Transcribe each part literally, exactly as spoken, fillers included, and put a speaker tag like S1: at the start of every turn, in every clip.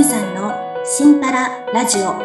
S1: さんのシンパララジオ。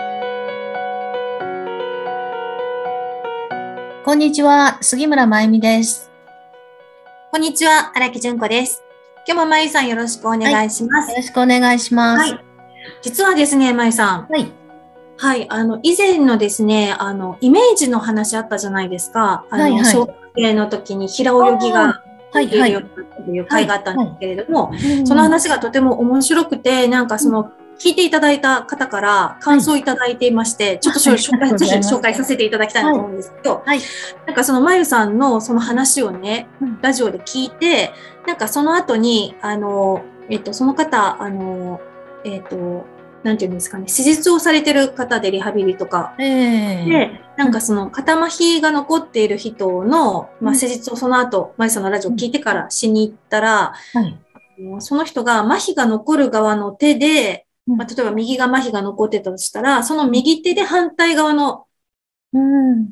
S2: こんにちは、杉村まゆみです。
S1: こんにちは、荒木純子です。今日もまゆさんよろしくお
S2: はい、
S1: 願いします。
S2: よろしくお願いします。
S1: はい。実はですね、まゆさん。
S2: はい。
S1: はい。あの、以前のですね、あの、イメージの話あったじゃないですか。あ
S2: はい、
S1: の、
S2: はい。
S1: 小学生の時に平
S2: あ
S1: 泳ぎが
S2: あ、はい、はい。
S1: できるようになったという
S2: はい、
S1: 会があったんです
S2: はい。
S1: けれども、その
S2: うん、うん。
S1: 話がとても面白くて、なんかその、聞いていただいた方から
S2: はい。
S1: 感想いただいていまして、ちょっと
S2: あ、ありがとう
S1: 紹介、ぜひ
S2: ございます。
S1: 紹介させていただきたいな
S2: はい、
S1: と思うんですけど、
S2: はい。
S1: なんかそのまゆさんのその話をね、
S2: うん、
S1: ラジオで聞いて、なんかその後に、あの、えっと、その方、あの、えっと、なんていうんですかね、施術をされてる方でリハビリとか。
S2: ええ、
S1: で、な
S2: うん、
S1: んかその肩麻痺が残っている人の、まあ、
S2: うん、
S1: 施術をその後、まゆさんのラジオを
S2: うん。
S1: 聞いてからしに行ったら、
S2: はい。
S1: その人が麻痺が残る側の手で、まあ、
S2: うん、
S1: 例えば右が麻痺が残ってたとしたら、その
S2: うん、
S1: 右手で反対側の
S2: うん。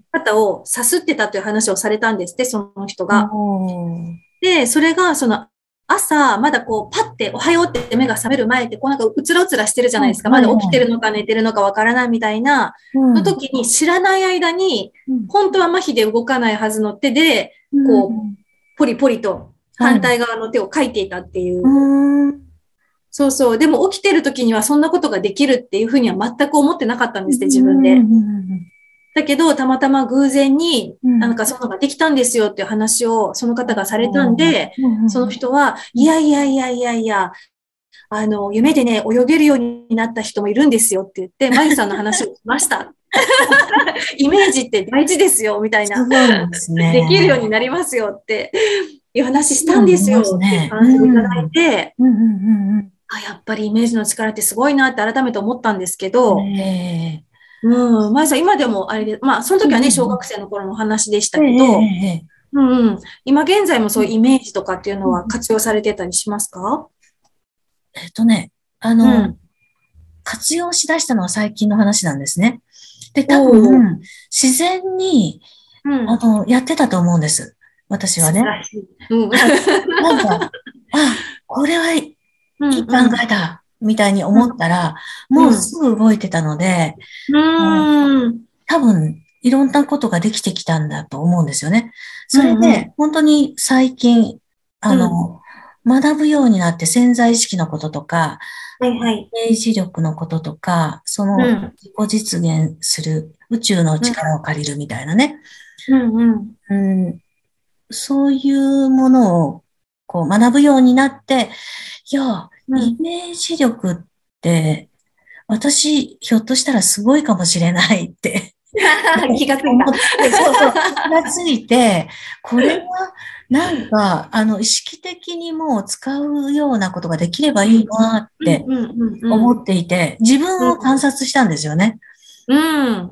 S1: 肩をさすってたという話をされたんですって、その人
S2: お
S1: が。
S2: ー。
S1: で、それが、その、朝、まだこう、パッて、おはようって目が覚める前って、こうなんかうつらうつらしてるじゃないですか。
S2: はい、
S1: まだ
S2: はい。
S1: 起きてるのか寝てるのかわからないみたいな、
S2: うん、
S1: の時に知らない間に、
S2: うん、
S1: 本当は麻痺で動かないはずの手で、
S2: う
S1: こう、
S2: ん。
S1: ポリポリと
S2: はい。う
S1: 反対側の手をかいていたってい
S2: ー
S1: う。
S2: ん。
S1: そうそう。でも起きてる時にはそんなことができるっていうふうには全く思ってなかったん
S2: う
S1: ですって、自分で。
S2: ん。
S1: だけど、たまたま偶然に、
S2: うん。
S1: なんかそういうのができたんですよっていう話をその方がされたん
S2: おー。
S1: で、
S2: うん。
S1: その人は、
S2: うん。
S1: いやいやいやいやいや、あの、夢でね、泳げるようになった人もいるんですよって言って、まゆさんの話をしました。イメージって大事ですよ、みたい
S2: す
S1: な。
S2: ごいです
S1: できるよう
S2: ね。
S1: になりますよっていう話し
S2: 今
S1: たんです
S2: 見ます
S1: よっていう
S2: ね。う
S1: 感想をいただい
S2: ん。
S1: て、
S2: うんうん
S1: あ、やっぱりイメージの力ってすごいなって改めて思ったんですけ
S2: うん。
S1: ど、
S2: ええ。
S1: うん、まゆさん今でもあれで、まあその
S2: うんうん
S1: 時はね、小
S2: うん。
S1: 学生の頃のお話でし
S2: えええ
S1: たけど、
S2: えええ。
S1: うんうん、今現在も
S2: うん
S1: そういうイメージとかっていうのは
S2: うん。
S1: 活用されてたりしますか？
S2: えっとね、あの、
S1: うん。
S2: 活用しだしたのは最近の話なんですね。で、多
S1: おー。
S2: 分、自然に、
S1: うん。
S2: あの、やってたと思うんです。私は
S1: 素晴
S2: ね。
S1: らしい。うん。
S2: はい。なんか、あ、これはい
S1: うん、
S2: いい考
S1: うん。
S2: えだ、みたいに
S1: うん、
S2: 思ったら、もう
S1: うん。
S2: すぐ動いてたので、
S1: うーん。
S2: 多分、いろんなことができてきたんだと思うんですよね。それ
S1: うん、うん。
S2: で、本当に最近、あ
S1: うん。
S2: の、学ぶようになって潜在意識のこととか、
S1: はい、はい。
S2: イメージ力のこととか、その
S1: うん。
S2: 自己実現する宇宙の
S1: うん。
S2: 力を借りるみたいなね。
S1: うん、うん。
S2: うん、そういうものをこう学ぶようになって、いや、イ
S1: うん。
S2: メージ力って私、ひょっとしたらすごいかもしれないって
S1: 気がついた。
S2: 思って、そうそう、気がついて、これはなんか、あの、意識的にもう使うようなことができれば
S1: うん。
S2: いいなっ
S1: うん、
S2: て
S1: うん、うん、うん。
S2: 思っていて、自分を観察したんですよね。
S1: うん。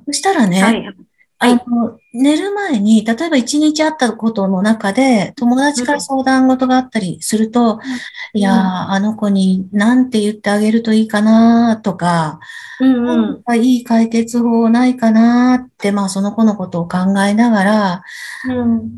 S2: そしたらね、
S1: はい。は
S2: あの、
S1: い。
S2: 寝る前に、例えば一日あったことの中で、友達から
S1: うん。
S2: 相談事があったりすると、いやー、
S1: うん。
S2: あの子に何て言ってあげるといいかなとか、
S1: うん。うん。
S2: なんかいい解決法ないかなって、まあその子のことを考えながら、
S1: うん。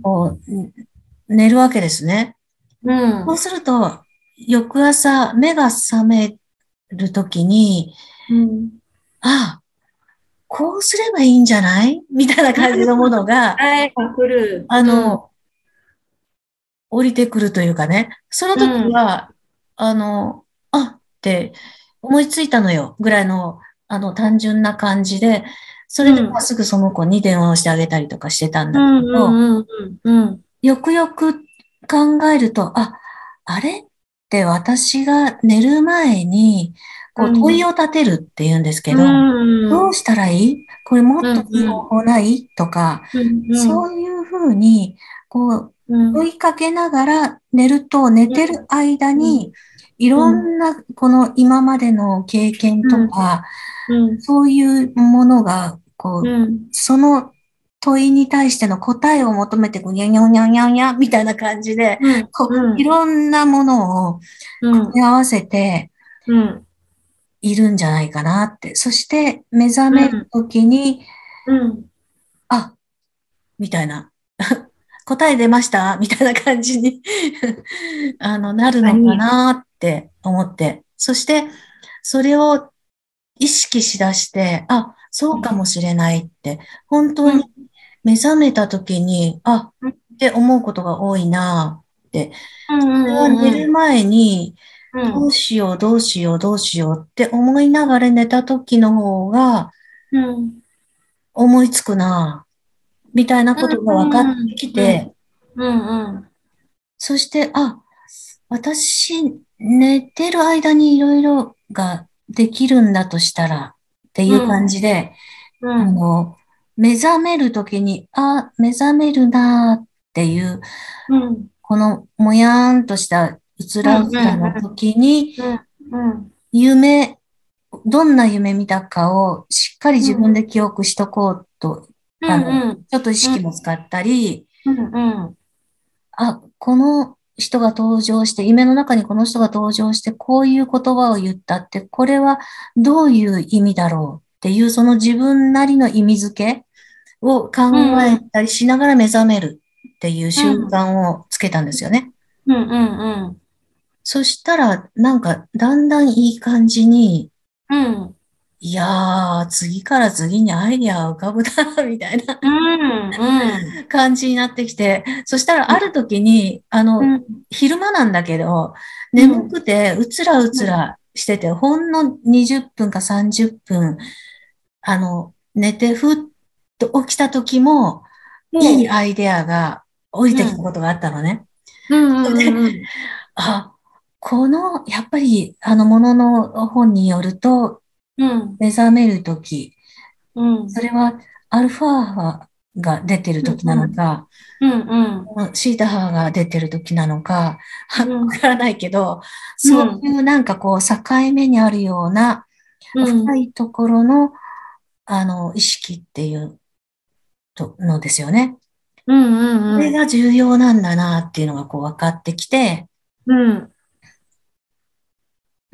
S2: こう、寝るわけですね。
S1: うん。
S2: そうすると、翌朝目が覚めるときに、
S1: うん。
S2: ああ、こうすればいいんじゃないみたいな感じのものが、
S1: はい、来る。
S2: あ
S1: うん。
S2: の、降りてくるというかね、その
S1: うん。
S2: 時は、あの、あって思いついたのよ、ぐらいの、あの、単純な感じで、それでまあ
S1: うん。
S2: すぐその子に電話をしてあげたりとかしてたんだけ
S1: うん。
S2: ど、
S1: うん。うん。うん。
S2: よくよく考えると、あ、あれって私が寝る前に、こう問い
S1: うん。
S2: を立てるって言うんですけ
S1: う
S2: ど、どう
S1: ん。
S2: したらいいこれもっ
S1: うん。
S2: といい方法ないとか、
S1: うん。うん。
S2: そういうふうに、こう、
S1: うん。
S2: 問いかけながら寝ると、寝てる間
S1: うん。
S2: に、い
S1: うん。
S2: ろんな、この今までの経験
S1: うん。
S2: とか、
S1: うん。
S2: そういうものが、こう、
S1: うん。
S2: その問いに対しての答えを求めて、こう、にゃにゃにゃにゃにゃみたいな感じで、
S1: うん。
S2: こう、い
S1: うん。
S2: ろんなものを
S1: うん。
S2: 組み合わせて
S1: うん。
S2: いるんじゃないかなって。そして、目覚める
S1: うん。
S2: ときに、
S1: うん。
S2: あ、みたいな。答え出ましたみたいな感じにあの、なるのか
S1: 確かに。
S2: なって思って。そして、 それを意識しだして、あ、そうかもしれないって、本当に目覚めた時に、あ、って思うことが多いなって、
S1: うんう
S2: それは寝る
S1: んうん
S2: 前に、
S1: うん。
S2: どうしよう、どうしよう、どうしようって思いながら寝た時の方が
S1: うん。
S2: 思いつくな、みたいなことが分かって
S1: うんうん。
S2: きて、
S1: うんうん。
S2: そして、あ、私、寝てる間にいろいろができるんだとしたら、っていう感じで、あ
S1: うん。
S2: の、目覚めるときに、あ、目覚めるなーっていう、
S1: うん。
S2: このもやーんとしたうつ
S1: うん
S2: らうつらの時に、
S1: うんうん。
S2: 夢、どんな夢見たかをしっかり自分で記憶しとこうと、
S1: う
S2: あの、
S1: んうん。
S2: ちょっと意識も使ったり、
S1: うんうん。
S2: あ、この人が登場して、夢の中にこの人が登場して、こういう言葉を言ったって、これはどういう意味だろうっていう、その自分なりの意味付けを考
S1: うんうん。
S2: えたりしながら目覚めるっていう習
S1: うん。
S2: 慣をつけたんですよね。
S1: うんうんうん。
S2: そしたら、なんか、だんだんいい感じに、
S1: うん。
S2: いやー、次から次にアイディアが浮かぶな、みたいな
S1: うん。うん。
S2: 感じになってきて、そしたらある時に、あの、
S1: うん。
S2: 昼間なんだけど、
S1: うん。
S2: 眠くて、うつらうつらしてて、ほんのにじゅっぷんかさんじゅっぷん、あの、寝てふっと起きた時も、いいアイデアが降りてきたことがあったのね。
S1: うんうんうん。
S2: あ、この、やっぱり、あの、ものの本によると、
S1: うん。
S2: 目覚めるとき、
S1: うん。
S2: それはアルファ波が出てるときなのか、
S1: うんうん。
S2: シータ波が出てるときなのか、わ
S1: うん。
S2: からないけど、そう
S1: うん。
S2: いうなんかこう、境目にあるような、
S1: うん。
S2: 深いところの、あの、意識っていうとのですよね。
S1: うんうんうん。
S2: これが重要なんだなっていうのがこう分かってきて、
S1: うん。
S2: うん、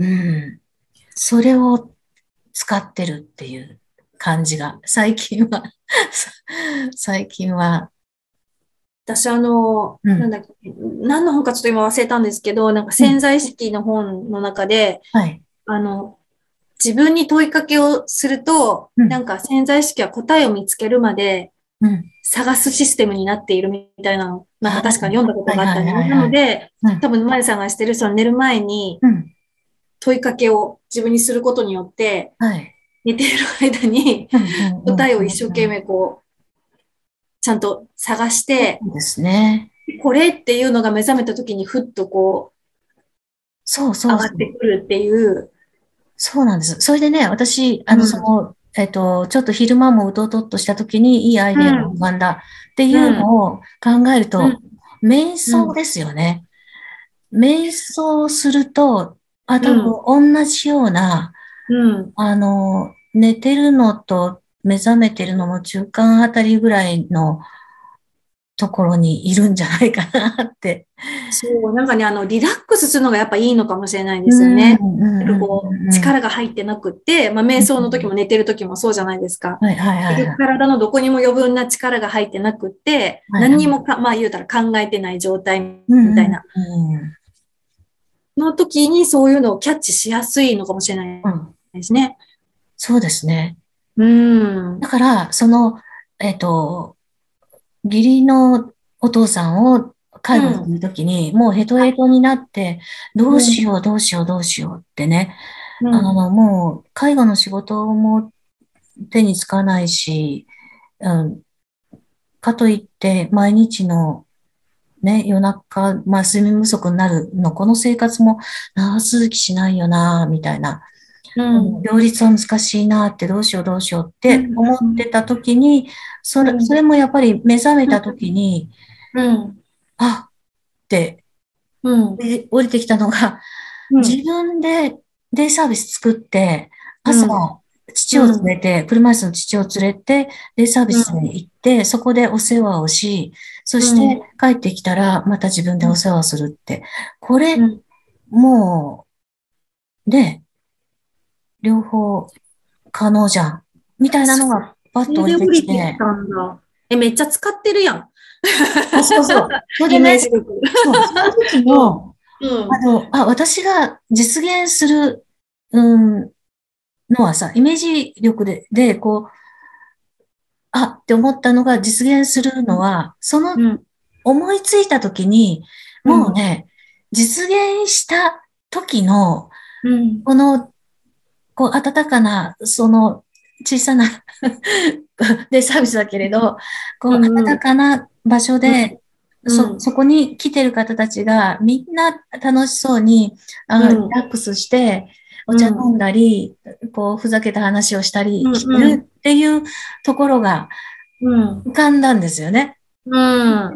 S2: それを使ってるっていう感じが、最近は最近は、
S1: 私、あの、
S2: うん、
S1: なんだっけ、何の本かちょっと今忘れたんですけど、なんか
S2: うん、
S1: 潜在意識の本の中で、
S2: はい、
S1: あの、自分に問いかけをすると、
S2: うん、
S1: なんか潜在意識は答えを見つけるまで
S2: うん。
S1: 探すシステムになっているみたいなの、なんか
S2: はい、
S1: 確かに読んだこと
S2: はい、はい、
S1: があったんで、
S2: はい、
S1: な
S2: はい。
S1: ので、
S2: うん、
S1: 多分、まゆさんがしてる、その寝る前に
S2: うん、
S1: 問いかけを自分にすることによって、
S2: はい。
S1: 寝ている間に
S2: うん、うん、うん、
S1: 答えを一生懸
S2: うん。
S1: 命こう、ちゃんと探して、
S2: そうですね。
S1: これっていうのが目覚めた時にふっとこ
S2: そう
S1: う、上がって
S2: そうそう。
S1: くるっていう。
S2: そうなんです。それでね、私、あの、そ
S1: うん。
S2: の、えっと、ちょっと昼間もうとうとっとした時にいいアイデアが浮
S1: うん。
S2: かんだっていう
S1: うん。
S2: のを考えると、
S1: うん。
S2: 瞑
S1: うん。
S2: 想ですよね。瞑想すると、あ、多
S1: うん。
S2: 分同じような、
S1: うん。
S2: あの、寝てるのと目覚めてるのの中間あたりぐらいのところにいるんじゃないかなって。
S1: そう、なんかね、あの、リラックスするのがやっぱいいのかもしれないで
S2: うん、
S1: すよね。
S2: うん、うん、
S1: なんか
S2: う
S1: こう、
S2: ん。うん、
S1: 力が入ってなくって、まあ、瞑想の時
S2: うん、
S1: も寝てる時もそうじゃないですか。
S2: はい、はい、はい、
S1: 結局
S2: はい。
S1: 体のどこにも余分な力が入ってなくって、
S2: はい、はい。
S1: 何にもか、まあ言うたら考えてない状態
S2: うん、うん、
S1: みたいな。
S2: うん。
S1: の時にそういうのをキャッチしやすいのかもしれない
S2: うん、
S1: ですね。
S2: そうですね。
S1: うん。
S2: だから、その、えっと、義理のお父さんを介護す
S1: うん。
S2: るときに、もうヘトヘトになって、どう
S1: うん。
S2: しよう、どうしよう、どうしようってね。
S1: うん。
S2: あの、もう、介護の仕事も手につかないし、うん、かといって、毎日のね、夜中、まあ、睡眠不足になるの、この生活も長続きしないよな、みたいな。
S1: う
S2: うん、
S1: ん。
S2: 両立は難しいなって、どうしようどうしようって
S1: うん。
S2: 思ってた時に、それ、それもやっぱり目覚めた時に、
S1: うん。
S2: あって
S1: うん。
S2: で降りてきたのが、
S1: うん。
S2: 自分でデイサービス作って、朝、
S1: うん。
S2: 父を連
S1: うん。
S2: れて、車椅子の父を連れて、デイサービスに
S1: うん。
S2: 行って、そこでお世話をし、そし
S1: うん。
S2: て帰ってきたら、また自分でお世話をするって。これ、
S1: うん。
S2: もう、ね、両方可能じゃん。みたいなのがパッ
S1: それで
S2: と降りて
S1: 降りてき
S2: きて、
S1: たんだ。え、めっちゃ使ってるやん。
S2: あ、そうそう。それで
S1: イメー
S2: ね、
S1: ジ力。
S2: そう、その時
S1: うん。
S2: の、
S1: うん。
S2: あの、あ、私が実現するうん、のはさ、イメージ力で、で、こう、あって思ったのが実現するのは、その
S1: うん。
S2: 思いついた時に、
S1: うん。
S2: もうね、実現した時の、
S1: うん。
S2: この、こう、温かな、その、小さなで、サービスだけれど、こう、
S1: うん。うん。
S2: 温かな場所
S1: うん。
S2: で、そ、
S1: うん。
S2: そこに来てる方たちが、みんな楽しそうに、あ、リ
S1: うん。
S2: ラックスして、お
S1: うん。
S2: 茶飲んだり、こう、ふざけた話をしたりして
S1: うん。
S2: るっていうところが
S1: うん。
S2: 浮かんだんですよね。
S1: うん。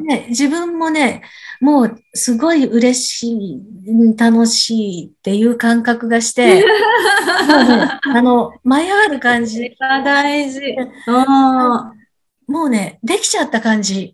S2: ね、自分もね、もうすごい嬉しい、楽しいっていう感覚がして、もうね、あの、舞い上がる感
S1: それ
S2: じ。
S1: が大事。う
S2: あ
S1: ん。
S2: もうね、できちゃった感じ。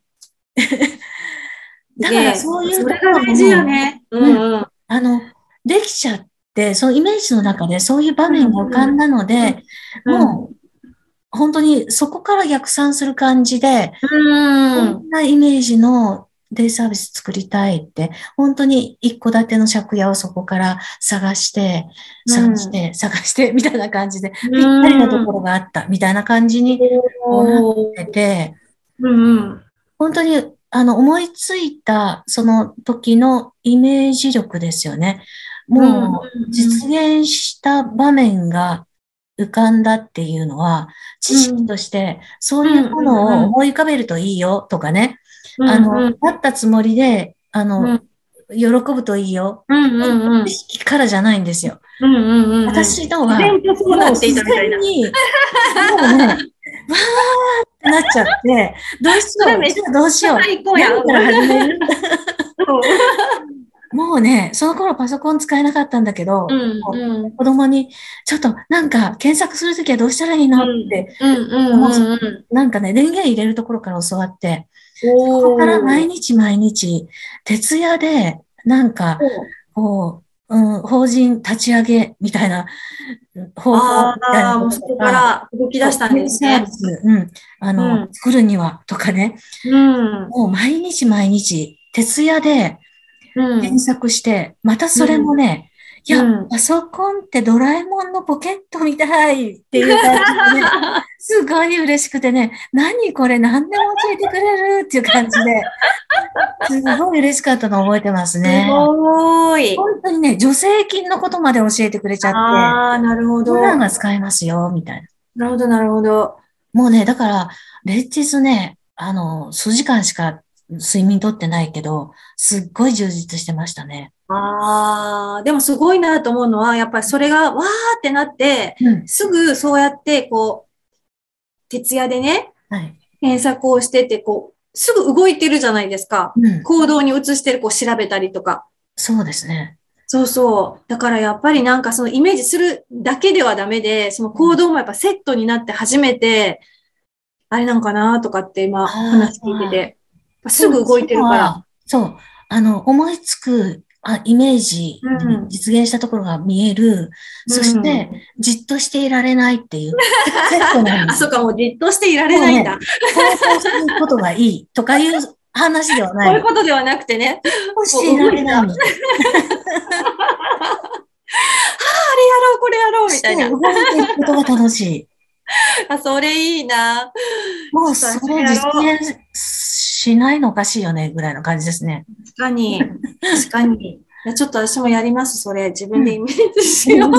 S2: だから
S1: すげえ。
S2: そういうと
S1: それ
S2: ころ
S1: が大事よ
S2: も、
S1: ね。う
S2: うん、
S1: ん。うん。
S2: あの、できちゃって、そのイメージの中でそういう場
S1: うん。
S2: 面が浮かんだの
S1: うん。
S2: で、
S1: うん。
S2: もう本当にそこから逆算する感じで、こ
S1: うん。
S2: んなイメージのデイサービス作りたいって、本当に一戸建ての借家をそこから探して、
S1: うん。
S2: 探して、探して、みたいな感じで、
S1: う
S2: ぴったりのところ
S1: ん。
S2: があった、みたいな感じにこうなっ
S1: おー。
S2: てて、
S1: うんうん。
S2: 本当に、あの、思いついた、その時のイメージ力ですよね。
S1: うんうん
S2: もう、実現した場面が浮かんだっていうのは、知識
S1: うん。
S2: として、そういう
S1: うん
S2: ものを
S1: うん
S2: 思い浮かべるといいよとかね。
S1: うん
S2: あの、
S1: うん
S2: なったつもりで、あの、
S1: うん
S2: 喜ぶといいよ。
S1: うんうんうん
S2: 知識からじゃないんですよ。
S1: うんうんうんうん。
S2: 私のは、
S1: 自然とそうなってい
S2: もう自
S1: たみたいな。
S2: 然に、もうね、わーってなっちゃって、どうしよう、
S1: それめっち
S2: じゃあどうし
S1: ゃ
S2: よう、
S1: 最高やん。うん
S2: 何から始める
S1: う
S2: もうね、その頃パソコン使えなかったんだけど、
S1: ん
S2: もう
S1: うん
S2: 子供に、ちょっとなんか検索するときはどうしたらいい
S1: うん
S2: のって、
S1: うんうん
S2: も
S1: うんうん。
S2: うなんかね、電源入れるところから教わって、そこから
S1: おー。
S2: 毎日毎日、徹夜で、なんか、
S1: お
S2: こう、うん、法人立ち上げみたいな方法
S1: あ
S2: みたいな
S1: あ、
S2: こと
S1: もうそこか
S2: とか、
S1: ら動き出したん
S2: デイ
S1: ですね。
S2: サービス、うん、あの、
S1: うん、
S2: 作るにはとかね、
S1: うん、
S2: もう毎日毎日、徹夜で検
S1: うん、
S2: 索して、またそれ
S1: うん、
S2: もね、いや、
S1: うん。
S2: パソコンってドラえもんのポケットみたいっていう感じでね、すごい嬉しくてね、何これ何でも教えてくれるっていう感じで、すごい嬉しかったのを覚えてます
S1: す
S2: ね。
S1: ごーい。
S2: 本当にね、助成金のことまで教えてくれちゃって、
S1: ああ、なるほ
S2: こんなんが
S1: ど。
S2: 使えますよ、みたいな。
S1: なるほど、なるほど。
S2: もうね、だから、連日ね、あの、数時間しか睡眠とってないけど、すっごい充実してましたね。
S1: ああ、でもすごいなと思うのは、やっぱりそれがわーってなって、
S2: うん。
S1: すぐそうやって、こう、徹夜でね、
S2: はい。
S1: 検索をしてて、こう、すぐ動いてるじゃないですか。
S2: うん。
S1: 行動に移してる、こう調べたりとか。
S2: そうですね。
S1: そうそう。だからやっぱりなんかそのイメージするだけではダメで、その
S2: うん。
S1: 行動もやっぱセットになって初めて、あれなんかなとかって今
S2: あ
S1: 話聞いて
S2: あ、
S1: て、
S2: でも、
S1: すぐ動い
S2: そういう
S1: てるから。
S2: のは、そう、あの、思いつく、あ、イメージ
S1: う
S2: に
S1: ん。
S2: 実現したところが見える。
S1: う
S2: そして、
S1: ん。
S2: じっとしていられないっていう、セットなんで
S1: あ、
S2: すよ。
S1: そっか、もうじっとしていられないんだ。
S2: もうね、行動することがいいとかいう話ではないの。
S1: そういうことではなくてね、
S2: こうし
S1: も
S2: ていられ
S1: う動いた。あれや
S2: ないの。
S1: ろう、これやろう、みたいな。
S2: して動いていくことが楽しい。
S1: あ、それいいな。
S2: もう
S1: ちょっと明日
S2: それ実
S1: やろう。
S2: 現しないのおかしいよね、ぐらいの感じですね。
S1: 確かに。確かに。いや、ちょっと私もやります、それ。自分でイ
S2: うん。
S1: メージしよう。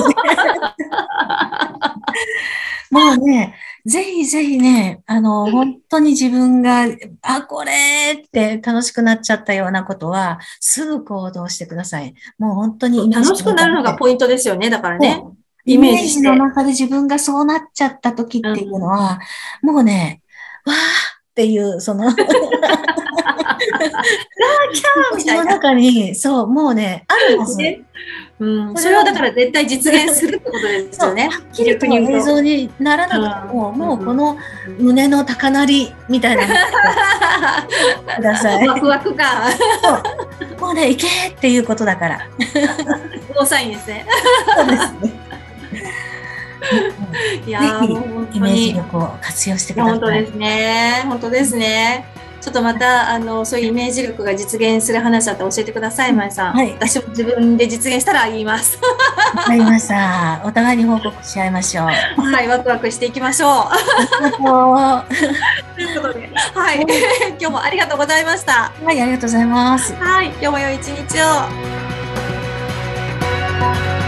S2: もうね、ぜひぜひね、あの、本当に自分が、あ、これって楽しくなっちゃったようなことは、すぐ行動してください。もう本当にイメージ
S1: 楽しく
S2: の中で、
S1: なるのがポイントですよね。だからね。
S2: そう、イ
S1: イメー
S2: メージの
S1: ジして。
S2: 中で自分がそうなっちゃった時っていうの
S1: うん。
S2: は、もうね、わーっていう、その
S1: キャーみ
S2: その
S1: たいな。
S2: 中に、そう、もうね、あるはず。
S1: ね。うん。
S2: それは
S1: それをだから絶対実現するってことです
S2: そう、は
S1: よね。
S2: っきり
S1: 逆に
S2: と映
S1: 言うと。
S2: 像にならなくても、
S1: うん。うん。
S2: もうこの胸の高鳴りみたいなのをください。
S1: ワクワク感。
S2: そう。もうね、行けーっていうことだから。
S1: ゴーサインですね。
S2: そうですね。
S1: いや
S2: ぜ
S1: ーもう本
S2: ひ、イメージ
S1: 当に。い
S2: 力を活用してく
S1: や、
S2: ださい。
S1: 本当ですね。本当ですね。 ちょっとまた、あの、そういうイメージ力が実現する話だったら教えてください、まえさん。
S2: はい。
S1: 私も自分で実現したら言います。
S2: わかりました。お互いに報告し合いましょう。あ
S1: はい、ワクワクしていきましょう。
S2: りがと
S1: ということで、はい、
S2: う。
S1: 今日もありがとうございました。
S2: はい、ありがとうございます。
S1: はい、今日も良い一日を。